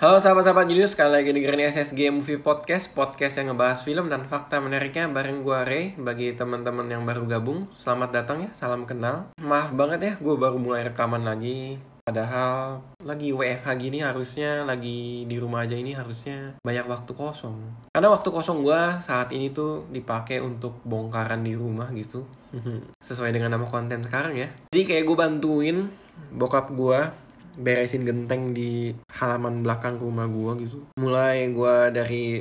Halo sahabat-sahabat Jenius, sekali lagi dengerin SSG Movie Podcast yang ngebahas film dan fakta menariknya bareng gue Ray. Bagi teman-teman yang baru gabung, selamat datang ya, salam kenal. Maaf banget ya, gue baru mulai rekaman lagi. Padahal lagi WFH gini, harusnya lagi di rumah aja ini, harusnya banyak waktu kosong. Karena waktu kosong gue saat ini tuh dipakai untuk bongkaran di rumah gitu. Sesuai dengan nama konten sekarang ya. Jadi kayak gue bantuin bokap gue beresin genteng di halaman belakang rumah gue gitu. Mulai gue dari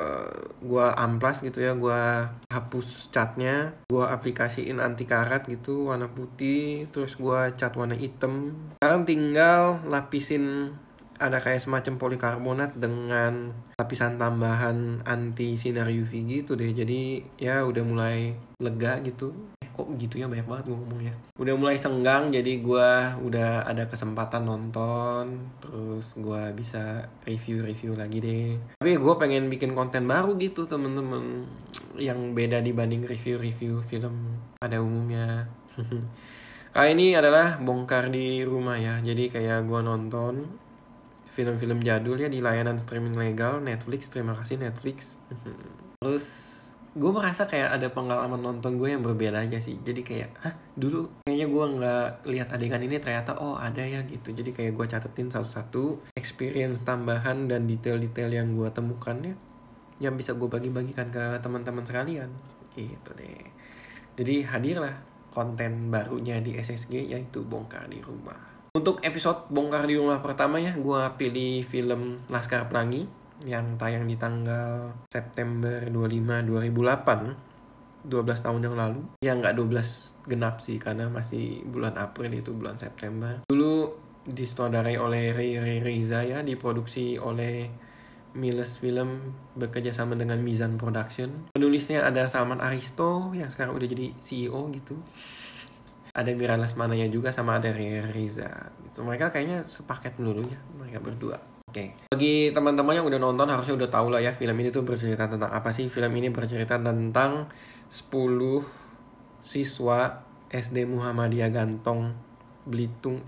gue amplas gitu ya, gue hapus catnya, gue aplikasiin anti karat gitu warna putih, terus gue cat warna hitam. Sekarang tinggal lapisin, ada kayak semacam polikarbonat dengan lapisan tambahan anti sinar UV gitu deh. Jadi ya udah mulai lega gitu. Kok gitu ya, banyak banget gue ngomongnya. Udah mulai senggang, jadi gue udah ada kesempatan nonton, terus gue bisa review lagi deh. Tapi gue pengen bikin konten baru gitu temen-temen, yang beda dibanding review film pada umumnya. Kali ini adalah bongkar di rumah ya. Jadi kayak gue nonton film-film jadul ya di layanan streaming legal Netflix. Terima kasih Netflix. Terus gue merasa kayak ada pengalaman nonton gue yang berbeda aja sih. Jadi kayak, dulu kayaknya gue nggak lihat adegan ini, ternyata oh ada ya gitu. Jadi kayak gue catetin satu-satu experience tambahan dan detail-detail yang gue temukan ya, yang bisa gue bagi-bagikan ke teman-teman sekalian gitu deh. Jadi hadirlah konten barunya di SSG, yaitu bongkar di rumah. Untuk episode bongkar di rumah pertama ya, gue pilih film Laskar Pelangi yang tayang di tanggal September 25, 2008, 12 tahun yang lalu. Ya nggak 12 genap sih, karena masih bulan April, itu bulan September. Dulu disutradarai oleh Ray Reza ya, diproduksi oleh Miles Film bekerja sama dengan Mizan Production. Penulisnya ada Salman Aristo yang sekarang udah jadi CEO gitu. Ada Mira Lesmananya juga, sama ada Ray Reza gitu. Mereka kayaknya sepaket dulu ya, mereka berdua. Oke. Bagi teman-teman yang udah nonton harusnya udah tahu lah ya, film ini tuh bercerita tentang apa sih. Film ini bercerita tentang 10 siswa SD Muhammadiyah Gantong Belitung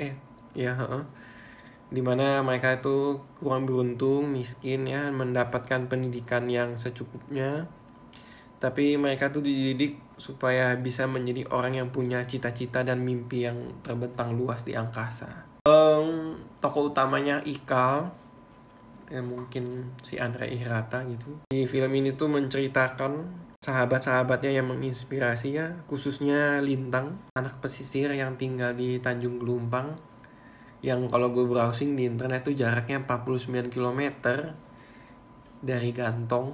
dimana mereka itu kurang beruntung, miskin ya, mendapatkan pendidikan yang secukupnya. Tapi mereka tuh dididik supaya bisa menjadi orang yang punya cita-cita dan mimpi yang terbentang luas di angkasa. Tokoh utamanya Ikal, ya mungkin si Andre Hirata gitu. Di film ini tuh menceritakan sahabat-sahabatnya yang menginspirasi ya, khususnya Lintang, anak pesisir yang tinggal di Tanjung Gelumpang, yang kalau gue browsing di internet tuh jaraknya 49 km dari Gantong.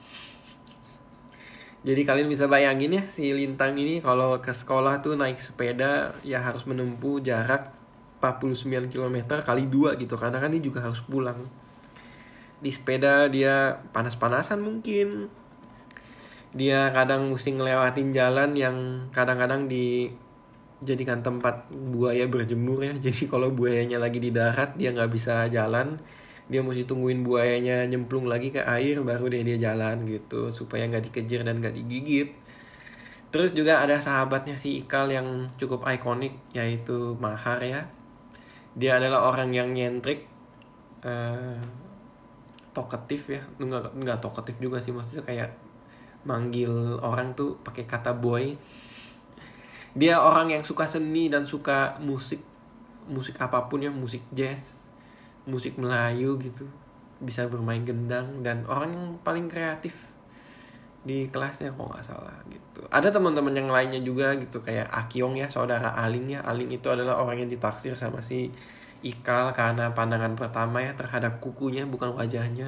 Jadi kalian bisa bayangin ya, si Lintang ini kalau ke sekolah tuh naik sepeda ya harus menempuh jarak 49 km kali 2 gitu, karena kan dia juga harus pulang. Di sepeda dia panas-panasan mungkin. Dia kadang mesti ngelewatin jalan yang kadang-kadang dijadikan tempat buaya berjemur ya. Jadi kalau buayanya lagi di darat dia nggak bisa jalan. Dia mesti tungguin buayanya nyemplung lagi ke air baru dia jalan gitu, supaya nggak dikejar dan nggak digigit. Terus juga ada sahabatnya si Ikal yang cukup ikonik, yaitu Mahar ya. Dia adalah orang yang nyentrik, talkatif ya, nggak talkatif juga sih, maksudnya kayak manggil orang tuh pakai kata boy. Dia orang yang suka seni dan suka musik apapun ya, musik jazz, musik Melayu gitu, bisa bermain gendang, dan orang yang paling kreatif di kelasnya kalau nggak salah gitu. Ada teman-teman yang lainnya juga gitu, kayak Akyong ya, saudara Aling ya. Aling itu adalah orang yang ditaksir sama si Ikal karena pandangan pertama ya terhadap kukunya, bukan wajahnya.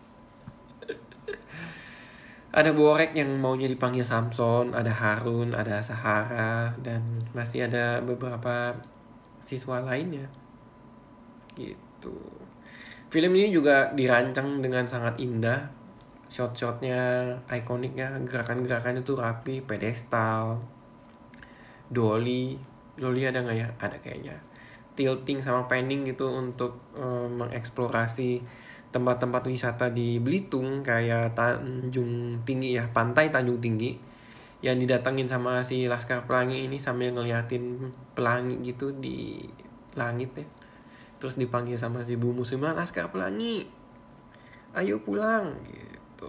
Ada Borek yang maunya dipanggil Samson, ada Harun, ada Sahara, dan masih ada beberapa siswa lainnya gitu. Film ini juga dirancang dengan sangat indah. Shot-shotnya ikonik ya, gerakan-gerakannya tuh rapi, pedestal, dolly ada nggak ya? Ada kayaknya. Tilting sama panning gitu untuk mengeksplorasi tempat-tempat wisata di Belitung, kayak Tanjung Tinggi ya, pantai Tanjung Tinggi, yang didatengin sama si Laskar Pelangi ini sambil ngeliatin pelangi gitu di langit ya. Terus dipanggil sama si Bu Muslimah, Laskar Pelangi, ayo pulang gitu.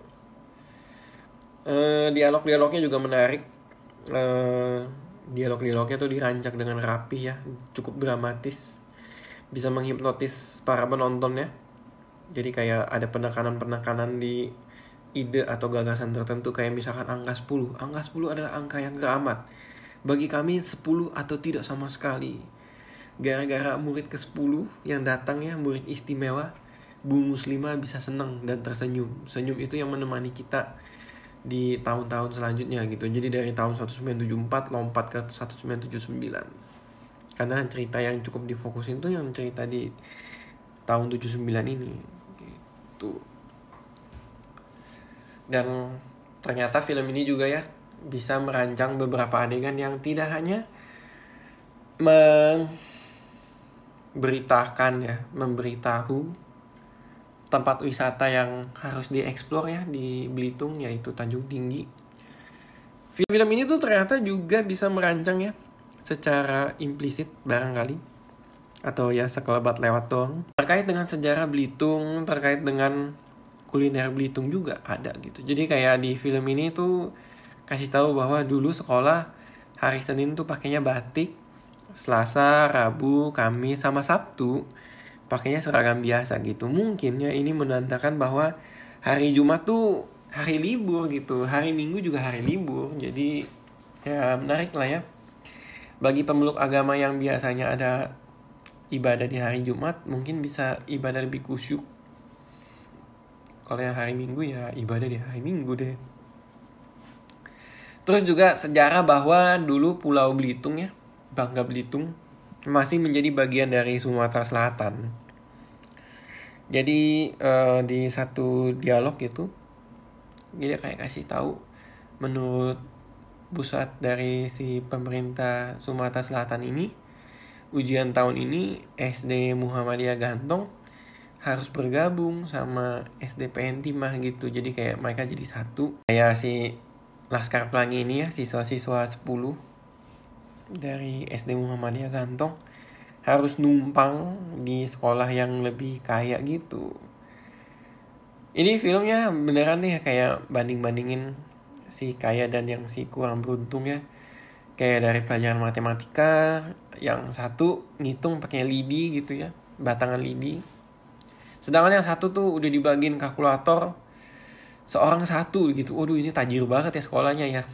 Dialog-dialognya juga menarik. Dialog-dialognya tuh dirancang dengan rapi ya, cukup dramatis, bisa menghipnotis para penontonnya. Jadi kayak ada penekanan-penekanan di ide atau gagasan tertentu, kayak misalkan angka 10. Angka 10 adalah angka yang teramat. Bagi kami 10 atau tidak sama sekali. Gara-gara murid ke-10 yang datang ya, murid istimewa, Bu Muslimah bisa senang dan tersenyum. Senyum itu yang menemani kita di tahun-tahun selanjutnya gitu. Jadi dari tahun 1974 lompat ke 1979. Karena cerita yang cukup difokusin tuh yang cerita di tahun 79 ini gitu. Dan ternyata film ini juga ya bisa merancang beberapa adegan yang tidak hanya memberitahu tempat wisata yang harus dieksplor ya di Belitung, yaitu Tanjung Tinggi. Film ini tuh ternyata juga bisa merancang ya secara implisit barangkali, atau ya sekelebat lewat doang, terkait dengan sejarah Belitung, terkait dengan kuliner Belitung juga ada gitu. Jadi kayak di film ini tuh kasih tahu bahwa dulu sekolah hari Senin tuh pakainya batik, Selasa, Rabu, Kamis, sama Sabtu pakainya seragam biasa gitu. Mungkin ya ini menandakan bahwa hari Jumat tuh hari libur gitu, hari Minggu juga hari libur. Jadi ya menarik lah ya. Bagi pemeluk agama yang biasanya ada ibadah di hari Jumat, mungkin bisa ibadah lebih khusyuk. Kalau yang hari Minggu ya ibadah di hari Minggu deh. Terus juga sejarah bahwa dulu Pulau Belitung ya, Bangka Belitung, masih menjadi bagian dari Sumatera Selatan. Jadi di satu dialog itu dia kayak kasih tahu, menurut pusat dari si pemerintah Sumatera Selatan ini, ujian tahun ini SD Muhammadiyah Gantong harus bergabung sama SDPN Timah gitu. Jadi kayak mereka jadi satu. Kayak si Laskar Pelangi ini ya, siswa-siswa 10 dari SD Muhammadiyah Gantong harus numpang di sekolah yang lebih kaya gitu. Ini filmnya beneran nih kayak banding-bandingin si kaya dan yang si kurang beruntung ya. Kayak dari pelajaran matematika, yang satu ngitung pakai lidi gitu ya, batangan lidi. Sedangkan yang satu tuh udah dibagiin kalkulator seorang satu gitu. Waduh, ini tajir banget ya sekolahnya ya.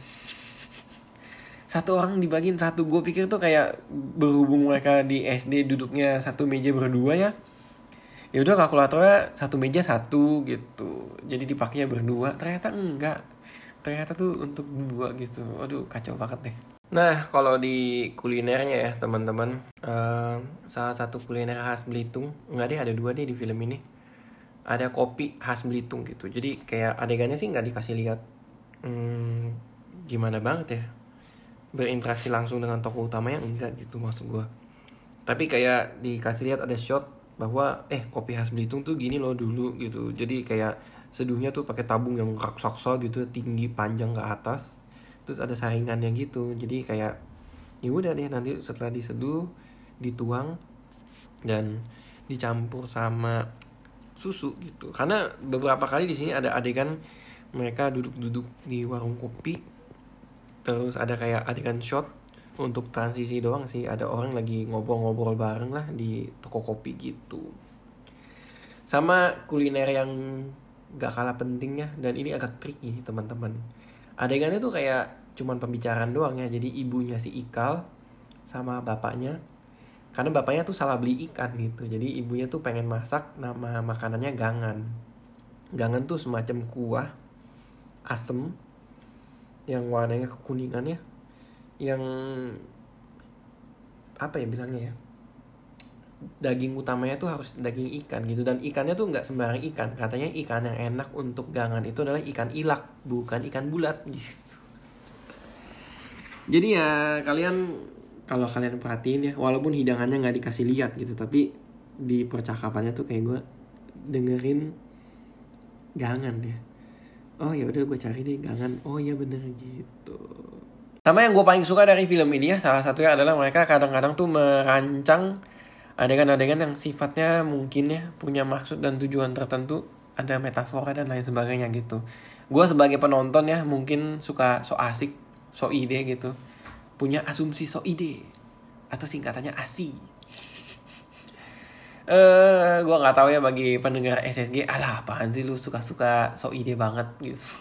Satu orang dibagiin satu. Gue pikir tuh kayak berhubung mereka di SD duduknya satu meja berdua ya, ya udah kalkulatornya satu meja satu gitu, jadi dipakainya berdua. Ternyata enggak, ternyata tuh untuk dua gitu. Aduh, kacau banget deh. Nah, kalau di kulinernya ya teman-teman, salah satu kuliner khas Belitung, enggak deh, ada dua deh di film ini. Ada kopi khas Belitung gitu. Jadi kayak adegannya sih nggak dikasih lihat gimana banget ya, berinteraksi langsung dengan tokoh utamanya enggak gitu maksud gue. Tapi kayak dikasih lihat ada shot bahwa kopi khas Belitung tuh gini loh dulu gitu. Jadi kayak seduhnya tuh pakai tabung yang raksasa gitu, tinggi panjang ke atas. Terus ada saringannya gitu. Jadi kayak ya udah deh, nanti setelah diseduh dituang dan dicampur sama susu gitu. Karena beberapa kali di sini ada adegan mereka duduk-duduk di warung kopi. Terus ada kayak adegan shot untuk transisi doang sih. Ada orang lagi ngobrol-ngobrol bareng lah di toko kopi gitu. Sama kuliner yang gak kalah pentingnya, dan ini agak tricky teman-teman. Adegannya tuh kayak cuman pembicaraan doang ya. Jadi ibunya si Ikal sama bapaknya, karena bapaknya tuh salah beli ikan gitu. Jadi ibunya tuh pengen masak, nama makanannya gangan. Gangan tuh semacam kuah asem yang warnanya kekuningan ya, yang apa ya bilangnya ya, daging utamanya tuh harus daging ikan gitu. Dan ikannya tuh nggak sembarang ikan. Katanya ikan yang enak untuk gangan itu adalah ikan ilak, bukan ikan bulat gitu. Jadi ya kalau kalian perhatiin ya, walaupun hidangannya nggak dikasih lihat gitu, tapi di percakapannya tuh kayak gue dengerin gangan ya. Oh ya udah, gue cari deh gangan. Oh iya bener gitu. Sama yang gue paling suka dari film ini ya, salah satunya adalah mereka kadang-kadang tuh merancang adegan-adegan yang sifatnya mungkin ya punya maksud dan tujuan tertentu. ada metafora dan lain sebagainya gitu. Gue sebagai penonton ya mungkin suka so asik, so ide gitu, punya asumsi so ide atau singkatannya ASI. Gue nggak tahu ya bagi pendengar SSG, alah apaan sih lu suka-suka so ide banget gitu.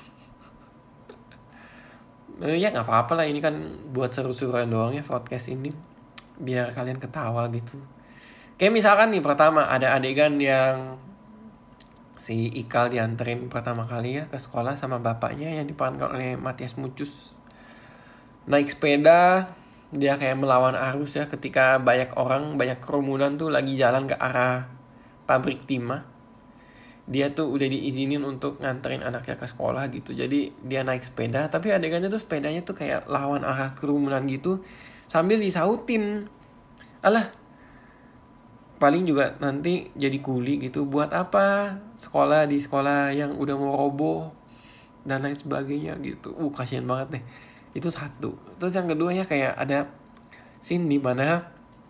Ya nggak apa-apa lah, ini kan buat seru-seruan doang ya podcast ini, biar kalian ketawa gitu. Kayak misalkan nih pertama ada adegan yang si Ikal dianterin pertama kali ya ke sekolah sama bapaknya yang diperankan oleh Matias Mucus. Naik sepeda, dia kayak melawan arus ya ketika banyak orang, banyak kerumunan tuh lagi jalan ke arah pabrik timah. Dia tuh udah diizinin untuk nganterin anaknya ke sekolah gitu. Jadi dia naik sepeda, tapi adegannya tuh sepedanya tuh kayak lawan arah kerumunan gitu sambil disautin. Alah, paling juga nanti jadi kuli gitu. Buat apa sekolah di sekolah yang udah mau roboh dan lain sebagainya gitu. Kasihan banget deh. Itu satu. Terus yang kedua ya kayak ada scene di mana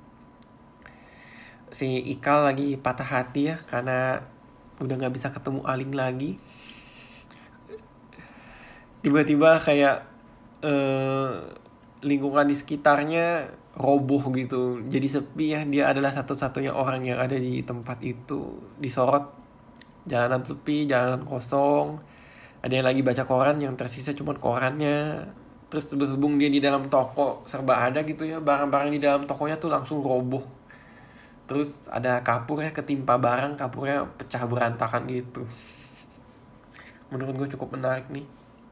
si Ikal lagi patah hati ya karena udah nggak bisa ketemu Aling lagi. Tiba-tiba kayak lingkungan di sekitarnya roboh gitu, jadi sepi ya. Dia adalah satu-satunya orang yang ada di tempat itu. Disorot, jalanan sepi, jalanan kosong. Ada yang lagi baca koran, yang tersisa cuma korannya. Terus berhubung dia di dalam toko serba ada gitu ya, barang-barang di dalam tokonya tuh langsung roboh. Terus ada kapur ya, ketimpa barang, kapurnya pecah berantakan gitu. Menurut gue cukup menarik nih.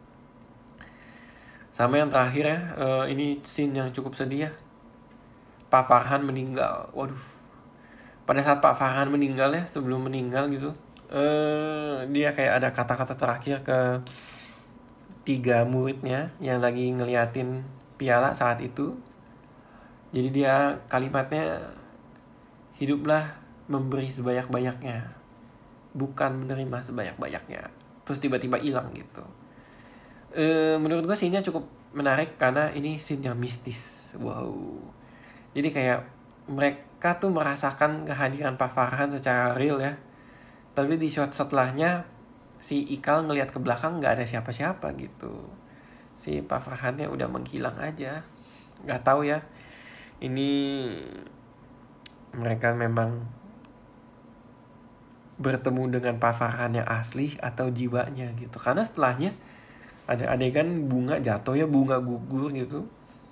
Sama yang terakhir ya, ini scene yang cukup sedih ya. Pak Farhan meninggal. Waduh. Pada saat Pak Farhan meninggal ya, sebelum meninggal gitu, dia kayak ada kata-kata terakhir ke 3 muridnya yang lagi ngeliatin piala saat itu. Jadi dia kalimatnya, hiduplah memberi sebanyak-banyaknya, bukan menerima sebanyak-banyaknya. Terus tiba-tiba hilang gitu. Menurut gue scene-nya cukup menarik karena ini scene yang mistis. Wow. Jadi kayak mereka tuh merasakan kehadiran Pak Farhan secara real ya. Tapi di shot setelahnya si Ikal ngelihat ke belakang nggak ada siapa-siapa gitu. Si Pak Farhannya udah menghilang aja. Nggak tahu ya. Ini mereka memang bertemu dengan Pak Farhan yang asli atau jiwanya gitu. Karena setelahnya ada adegan bunga jatuh ya, bunga gugur gitu.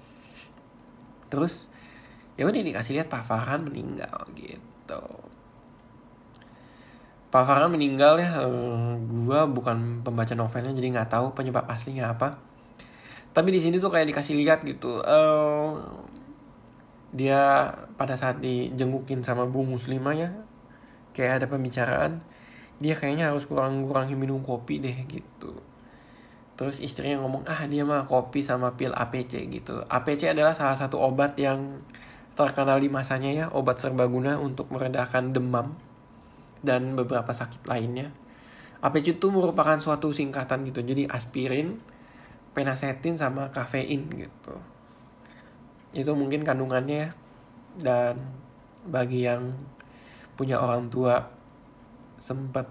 Terus ya udah dikasih lihat Pak Farhan meninggal gitu. Pak Farhan meninggal ya, gue bukan pembaca novelnya jadi nggak tahu penyebab aslinya apa. Tapi di sini tuh kayak dikasih lihat gitu. Dia pada saat dijengukin sama Bu Muslimah ya, kayak ada pembicaraan, dia kayaknya harus kurang-kurangin minum kopi deh gitu. Terus istrinya ngomong, dia mah kopi sama pil APC gitu. APC adalah salah satu obat yang terkenal di masanya ya, obat serbaguna untuk meredakan demam dan beberapa sakit lainnya. APC itu merupakan suatu singkatan gitu, jadi aspirin, penasetin sama kafein gitu. Itu mungkin kandungannya. Dan bagi yang punya orang tua sempat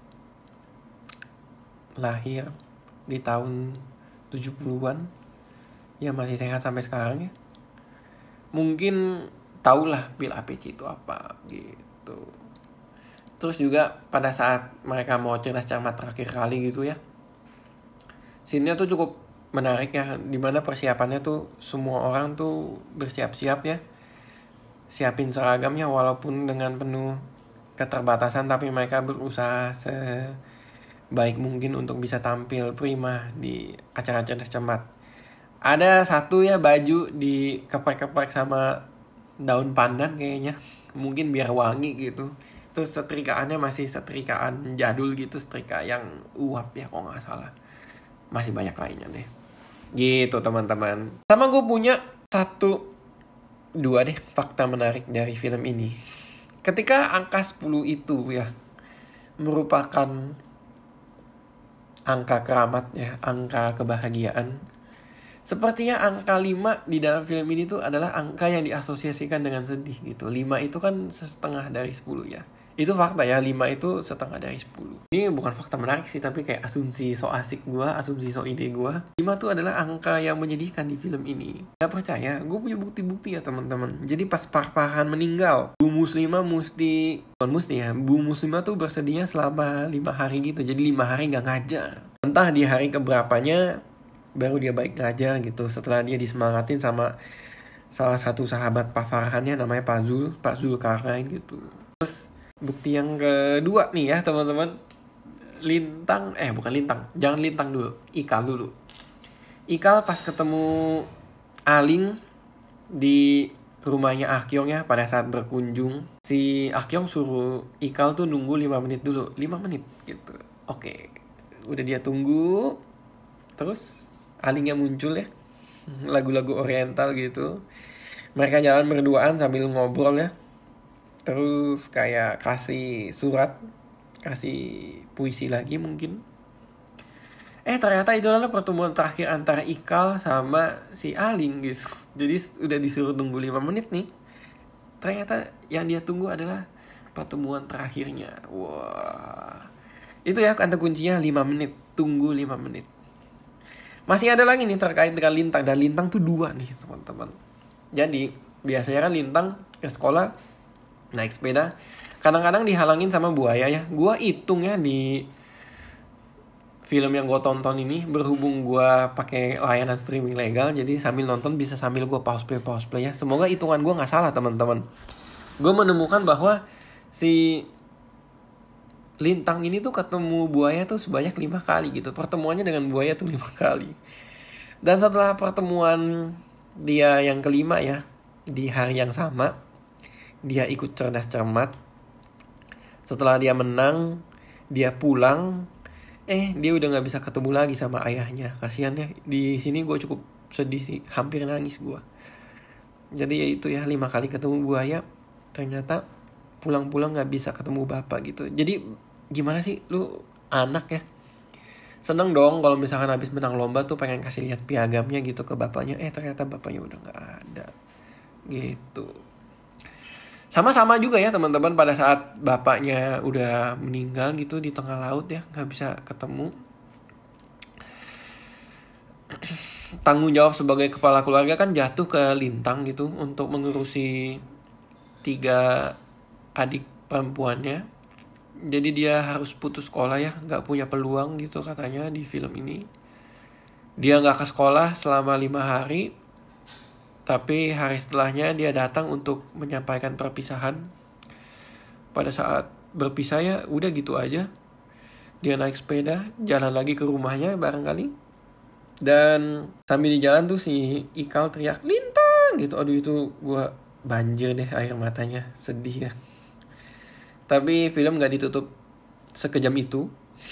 lahir di tahun 70-an ya, masih sehat sampai sekarang ya, mungkin tahulah pil APC itu apa gitu. Terus juga pada saat mereka mau cerdas cermat terakhir kali gitu ya, scene-nya tuh cukup menarik ya, dimana persiapannya tuh semua orang tuh bersiap-siap ya, siapin seragamnya walaupun dengan penuh keterbatasan, tapi mereka berusaha sebaik mungkin untuk bisa tampil prima di acara cerdas cermat. Ada satu ya baju dikeprek-keprek sama daun pandan kayaknya, mungkin biar wangi gitu. Terus setrikaannya masih setrikaan jadul gitu, setrika yang uap ya kalau nggak salah. Masih banyak lainnya deh. Gitu teman-teman. Sama gue punya 2 deh fakta menarik dari film ini. Ketika angka 10 itu ya merupakan angka keramat ya, angka kebahagiaan. Sepertinya angka 5 di dalam film ini tuh adalah angka yang diasosiasikan dengan sedih gitu. 5 itu kan setengah dari 10 ya. Itu fakta ya, 5 itu setengah dari 10. Ini bukan fakta menarik sih, tapi kayak asumsi so asik gue, asumsi so ide gue. 5 tuh adalah angka yang menyedihkan di film ini. Gak percaya? Gue punya bukti-bukti ya teman-teman. Jadi pas Farhan meninggal, Bu Muslimah Bu Muslimah tuh bersedia selama 5 hari gitu. Jadi 5 hari gak ngajar. Entah di hari keberapanya baru dia balik ngajar gitu. Setelah dia disemangatin sama salah satu sahabat Pak Farhannya, namanya Pak Zulkarnain gitu. Terus bukti yang kedua nih ya teman-teman. Bukan Lintang, jangan Lintang dulu, Ikal dulu. Ikal pas ketemu Aling di rumahnya Akyong ya, pada saat berkunjung, si Akyong suruh Ikal tuh nunggu 5 menit dulu. 5 menit gitu. Oke, udah dia tunggu. Terus Alingnya muncul ya, lagu-lagu oriental gitu. Mereka jalan berduaan sambil ngobrol ya. Terus kayak kasih surat, kasih puisi lagi mungkin. Ternyata itu adalah pertemuan terakhir antara Ikal sama si Aling gitu. Jadi udah disuruh tunggu 5 menit nih. Ternyata yang dia tunggu adalah pertemuan terakhirnya. Wah. Itu ya kata kuncinya, 5 menit. Tunggu 5 menit. Masih ada lagi nih terkait dengan Lintang. Dan Lintang tuh 2 nih teman-teman. Jadi biasanya kan Lintang ke sekolah naik sepeda, kadang-kadang dihalangin sama buaya ya. Gua hitung ya di film yang gue tonton ini, berhubung gue pakai layanan streaming legal, jadi sambil nonton bisa sambil gue pause play ya. Semoga hitungan gue nggak salah teman-teman. Gue menemukan bahwa si Lintang ini tuh ketemu buaya tuh sebanyak 5 kali gitu. Pertemuannya dengan buaya tuh 5 kali. Dan setelah pertemuan dia yang kelima ya, di hari yang sama, dia ikut cerdas cermat. Setelah dia menang, dia pulang. Dia udah nggak bisa ketemu lagi sama ayahnya. Kasian ya. Di sini gue cukup sedih sih, hampir nangis gue. Jadi ya itu ya, 5 kali ketemu buaya, ternyata pulang-pulang nggak bisa ketemu bapak gitu. Jadi gimana sih lu anak ya? Seneng dong kalau misalkan habis menang lomba tuh pengen kasih lihat piagamnya gitu ke bapaknya. Ternyata bapaknya udah nggak ada gitu. Sama-sama juga ya teman-teman, pada saat bapaknya udah meninggal gitu di tengah laut ya, nggak bisa ketemu. Tanggung jawab sebagai kepala keluarga kan jatuh ke Lintang gitu untuk mengurusi 3 adik perempuannya. Jadi dia harus putus sekolah ya, nggak punya peluang gitu katanya di film ini. Dia nggak ke sekolah selama 5 hari. Tapi hari setelahnya dia datang untuk menyampaikan perpisahan. Pada saat berpisah ya udah gitu aja. Dia naik sepeda, jalan lagi ke rumahnya barangkali. Dan sambil di jalan tuh si Ikal teriak, "Lintang!" gitu. Aduh itu gue banjir deh air matanya. Sedih ya. Tapi film gak ditutup sekejam itu.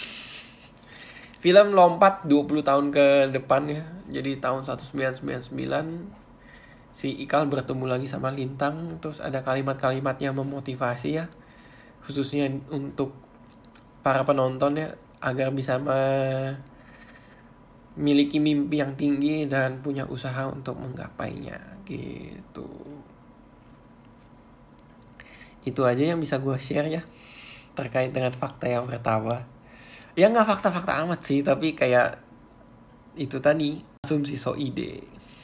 Film lompat 20 tahun ke depan ya. Jadi tahun 1999 si Ikal bertemu lagi sama Lintang. Terus ada kalimat-kalimat yang memotivasi ya, khususnya untuk para penonton ya, agar bisa memiliki mimpi yang tinggi dan punya usaha untuk menggapainya gitu. Itu aja yang bisa gue share ya terkait dengan fakta yang pertama. Ya gak fakta-fakta amat sih, tapi kayak itu tadi, asumsi so ide.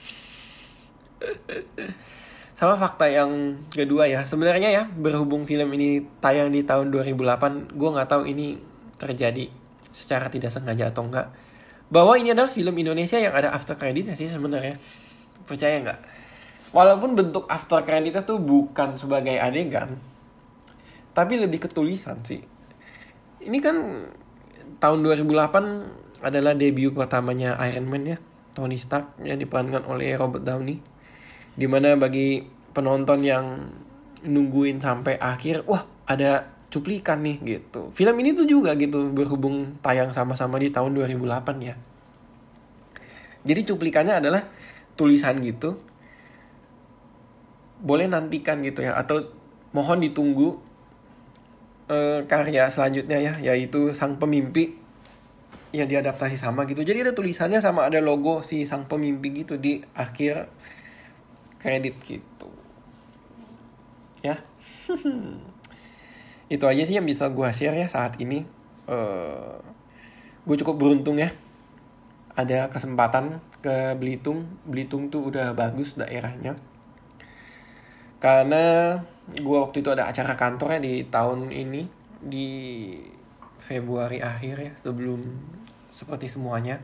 Sama fakta yang kedua ya, sebenarnya ya, berhubung film ini tayang di tahun 2008, gue nggak tahu ini terjadi secara tidak sengaja atau enggak, bahwa ini adalah film Indonesia yang ada after creditnya sih sebenarnya. Percaya nggak? Walaupun bentuk after creditnya tuh bukan sebagai adegan, tapi lebih ke tulisan sih. Ini kan tahun 2008 adalah debut pertamanya Iron Man ya, Tony Stark, yang diperankan oleh Robert Downey. Dimana bagi penonton yang nungguin sampai akhir, wah ada cuplikan nih gitu. Film ini tuh juga gitu, berhubung tayang sama-sama di tahun 2008 ya. Jadi cuplikannya adalah tulisan gitu. Boleh nantikan gitu ya, atau mohon ditunggu karya selanjutnya ya, yaitu Sang Pemimpi yang diadaptasi sama gitu. Jadi ada tulisannya sama ada logo si Sang Pemimpi gitu di akhir kredit gitu ya. Itu aja sih yang bisa gue share ya saat ini. Gue cukup beruntung ya, ada kesempatan ke Belitung. Belitung tuh udah bagus daerahnya. Karena gue waktu itu ada acara kantornya di tahun ini, di Februari akhir ya, sebelum seperti semuanya.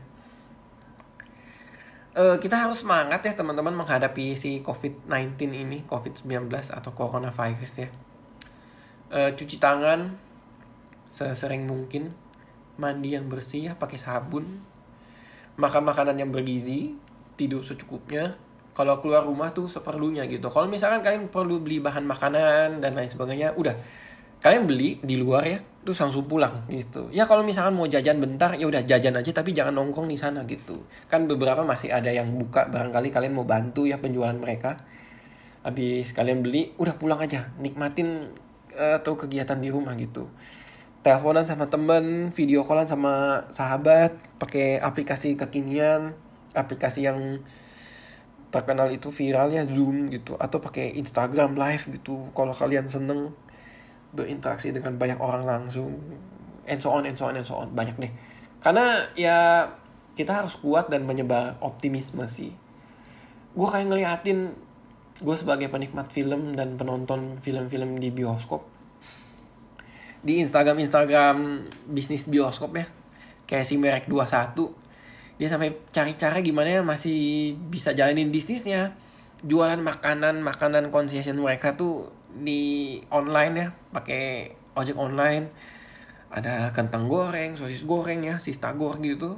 Kita harus semangat ya teman-teman menghadapi si COVID-19 ini, COVID-19 atau coronavirus ya. Cuci tangan sesering mungkin, mandi yang bersih ya, pakai sabun, makan makanan yang bergizi, tidur secukupnya. Kalau keluar rumah tuh seperlunya gitu. Kalau misalkan kalian perlu beli bahan makanan dan lain sebagainya, udah kalian beli di luar ya, terus langsung pulang gitu. Ya kalau misalkan mau jajan bentar, ya udah jajan aja tapi jangan nongkrong di sana gitu. Kan beberapa masih ada yang buka, barangkali kalian mau bantu ya penjualan mereka. Habis kalian beli, udah pulang aja, nikmatin tuh kegiatan di rumah gitu. Teleponan sama temen, video callan sama sahabat, pakai aplikasi kekinian, aplikasi yang terkenal itu viral ya, Zoom gitu, atau pakai Instagram live gitu kalau kalian seneng berinteraksi dengan banyak orang langsung, and so on, banyak deh. Karena ya kita harus kuat dan menyebar optimisme sih. Gue kayak ngeliatin, gue sebagai penikmat film dan penonton film-film di bioskop, di Instagram bisnis bioskop ya, kayak si Merek 21, dia sampai cari cara gimana ya masih bisa jalanin bisnisnya, jualan makanan concession mereka tuh di online ya, pakai ojek online. Ada kentang goreng, sosis goreng ya, sistagor gitu.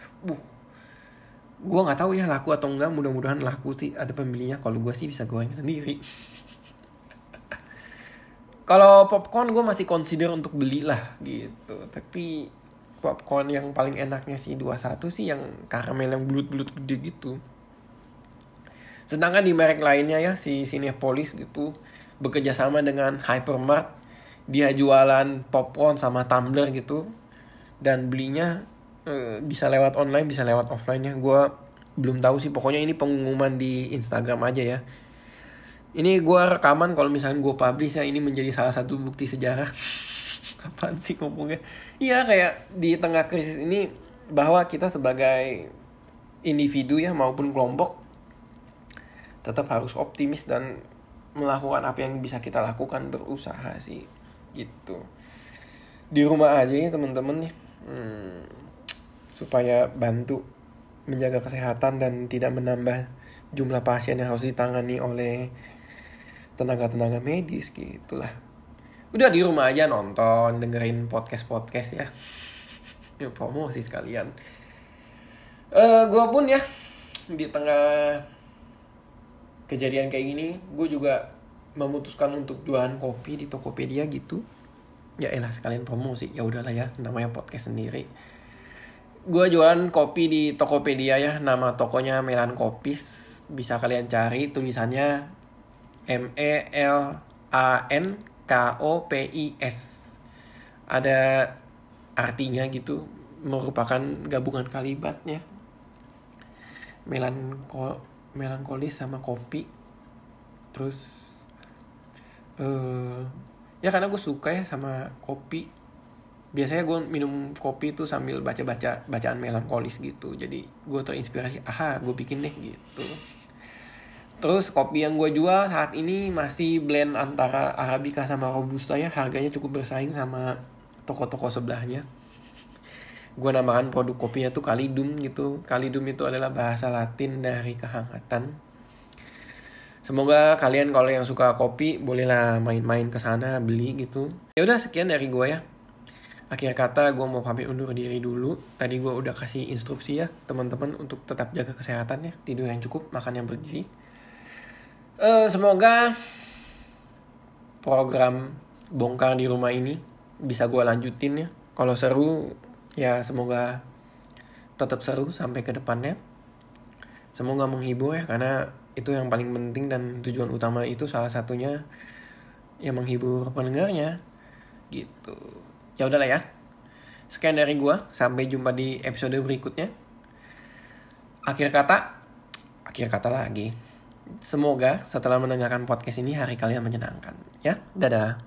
Gue nggak tahu ya laku atau enggak, mudah-mudahan laku sih, ada pembelinya. Kalau gue sih bisa goreng sendiri. Kalau popcorn gue masih consider untuk beli lah gitu, tapi popcorn yang paling enaknya si 21 sih yang karamel yang bulut-bulut gede gitu. Sedangkan di merek lainnya ya, si Cinepolis gitu, bekerja sama dengan Hypermart, dia jualan popcorn sama tumbler gitu, dan belinya bisa lewat online, bisa lewat offline ya. Gue belum tahu sih, pokoknya ini pengumuman di Instagram aja ya. Ini gue rekaman, kalau misalnya gue publish ya, ini menjadi salah satu bukti sejarah. Apaan sih ngomongnya? Iya, kayak di tengah krisis ini, bahwa kita sebagai individu ya maupun kelompok tetap harus optimis dan melakukan apa yang bisa kita lakukan, berusaha sih gitu. Di rumah aja ya teman-teman nih, supaya bantu menjaga kesehatan dan tidak menambah jumlah pasien yang harus ditangani oleh tenaga-tenaga medis gitulah. Udah di rumah aja nonton, dengerin podcast ya. Ya promosi sekalian. Gue pun ya di tengah kejadian kayak gini, gue juga memutuskan untuk jualan kopi di Tokopedia gitu. Ya elah sekalian promosi, ya udahlah ya, namanya podcast sendiri. Gue jualan kopi di Tokopedia ya, nama tokonya Melan Kopis. Bisa kalian cari, tulisannya MELANKOPIS. Ada artinya gitu, merupakan gabungan kalimatnya, melankolis sama kopi. Terus ya karena gue suka ya sama kopi. Biasanya gue minum kopi tuh sambil bacaan melankolis gitu. Jadi gue terinspirasi, gue bikin deh gitu. Terus kopi yang gue jual saat ini masih blend antara Arabica sama Robusta ya. Harganya cukup bersaing sama toko-toko sebelahnya. Gue namakan produk kopinya tuh Kalidum gitu. Kalidum itu adalah bahasa Latin dari kehangatan. Semoga kalian kalau yang suka kopi bolehlah main-main ke sana beli gitu. Ya udah, sekian dari gue ya. Akhir kata gue mau pamit undur diri dulu. Tadi gue udah kasih instruksi ya teman-teman untuk tetap jaga kesehatan ya, tidur yang cukup, makan yang bergizi. Semoga program bongkar di rumah ini bisa gue lanjutin ya. Kalau seru ya semoga tetap seru sampai ke depannya. Semoga menghibur ya, karena itu yang paling penting dan tujuan utama itu salah satunya ya menghibur pendengarnya gitu. Ya udahlah ya. Sekian dari gue, sampai jumpa di episode berikutnya. Akhir kata lagi. Semoga setelah mendengarkan podcast ini hari kalian menyenangkan ya. Dadah.